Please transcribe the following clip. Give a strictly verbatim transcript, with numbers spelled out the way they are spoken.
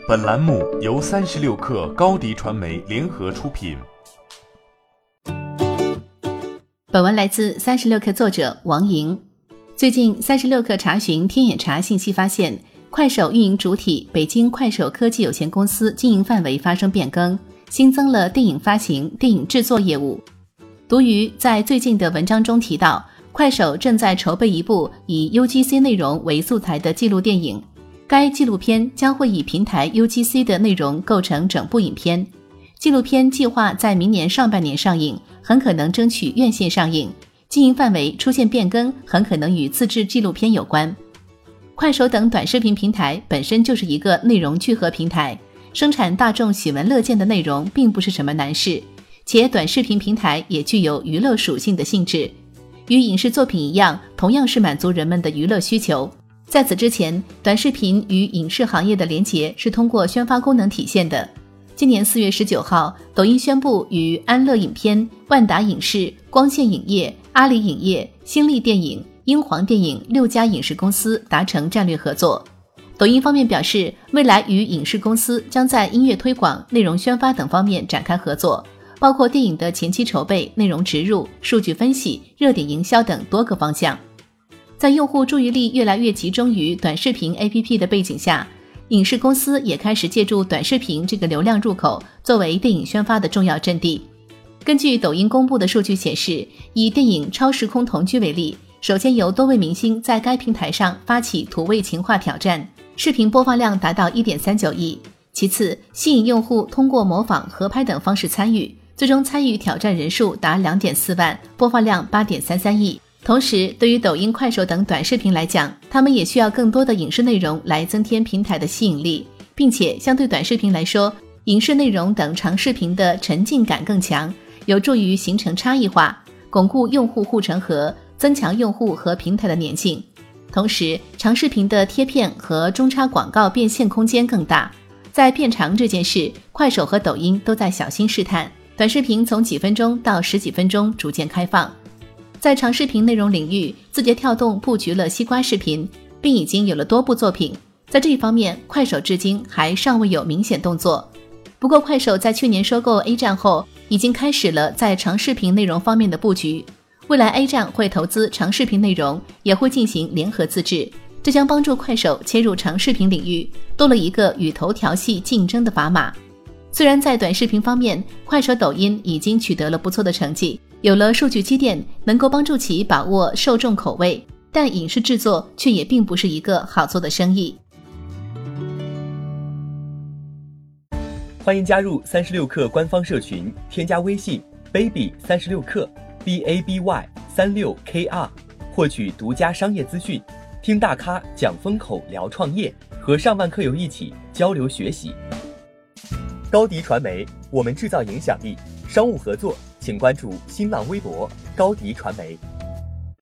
本栏目由三十六氪高迪传媒联合出品。 本文来自三十六氪作者王莹。最近三十六氪查询天眼查信息发现，快手运营主体北京快手科技有限公司经营范围发生变更，新增了电影发行、电影制作业务。读鱼在最近的文章中提到，快手正在筹备一部以 U G C 内容为素材的纪录电影，该纪录片将会以平台 U G C 的内容构成整部影片。纪录片计划在明年上半年上映，很可能争取院线上映。经营范围出现变更，很可能与自制纪录片有关。快手等短视频平台本身就是一个内容聚合平台，生产大众喜闻乐见的内容并不是什么难事，且短视频平台也具有娱乐属性的性质，与影视作品一样，同样是满足人们的娱乐需求。在此之前，短视频与影视行业的连结是通过宣发功能体现的。今年四月十九号，抖音宣布与安乐影片、万达影视、光线影业、阿里影业、新力电影、英皇电影六家影视公司达成战略合作。抖音方面表示，未来与影视公司将在音乐推广、内容宣发等方面展开合作，包括电影的前期筹备、内容植入、数据分析、热点营销等多个方向。在用户注意力越来越集中于短视频 A P P 的背景下，影视公司也开始借助短视频这个流量入口作为电影宣发的重要阵地。根据抖音公布的数据显示，以电影《超时空同居》为例，首先由多位明星在该平台上发起土味情话挑战，视频播放量达到 一点三九亿。其次，吸引用户通过模仿、合拍等方式参与，最终参与挑战人数达 两点四万，播放量 八点三三亿。同时，对于抖音、快手等短视频来讲，他们也需要更多的影视内容来增添平台的吸引力，并且相对短视频来说，影视内容等长视频的沉浸感更强，有助于形成差异化，巩固用户护城河，增强用户和平台的粘性。同时，长视频的贴片和中插广告变现空间更大。在片长这件事，快手和抖音都在小心试探，短视频从几分钟到十几分钟逐渐开放。在长视频内容领域，字节跳动布局了西瓜视频，并已经有了多部作品。在这一方面，快手至今还尚未有明显动作。不过，快手在去年收购 A 站后，已经开始了在长视频内容方面的布局。未来 A 站会投资长视频内容，也会进行联合自制，这将帮助快手切入长视频领域，多了一个与头条系竞争的砝码。虽然在短视频方面，快手、抖音已经取得了不错的成绩，有了数据积淀，能够帮助其把握受众口味，但影视制作却也并不是一个好做的生意。 欢迎加入三十六氪官方社群，添加微信 baby 三十六氪 B A B Y 三六 K R， 获取独家商业资讯，听大咖讲风口，聊创业，和上万客友一起交流学习。高迪传媒，我们制造影响力。商务合作请关注新浪微博高迪传媒。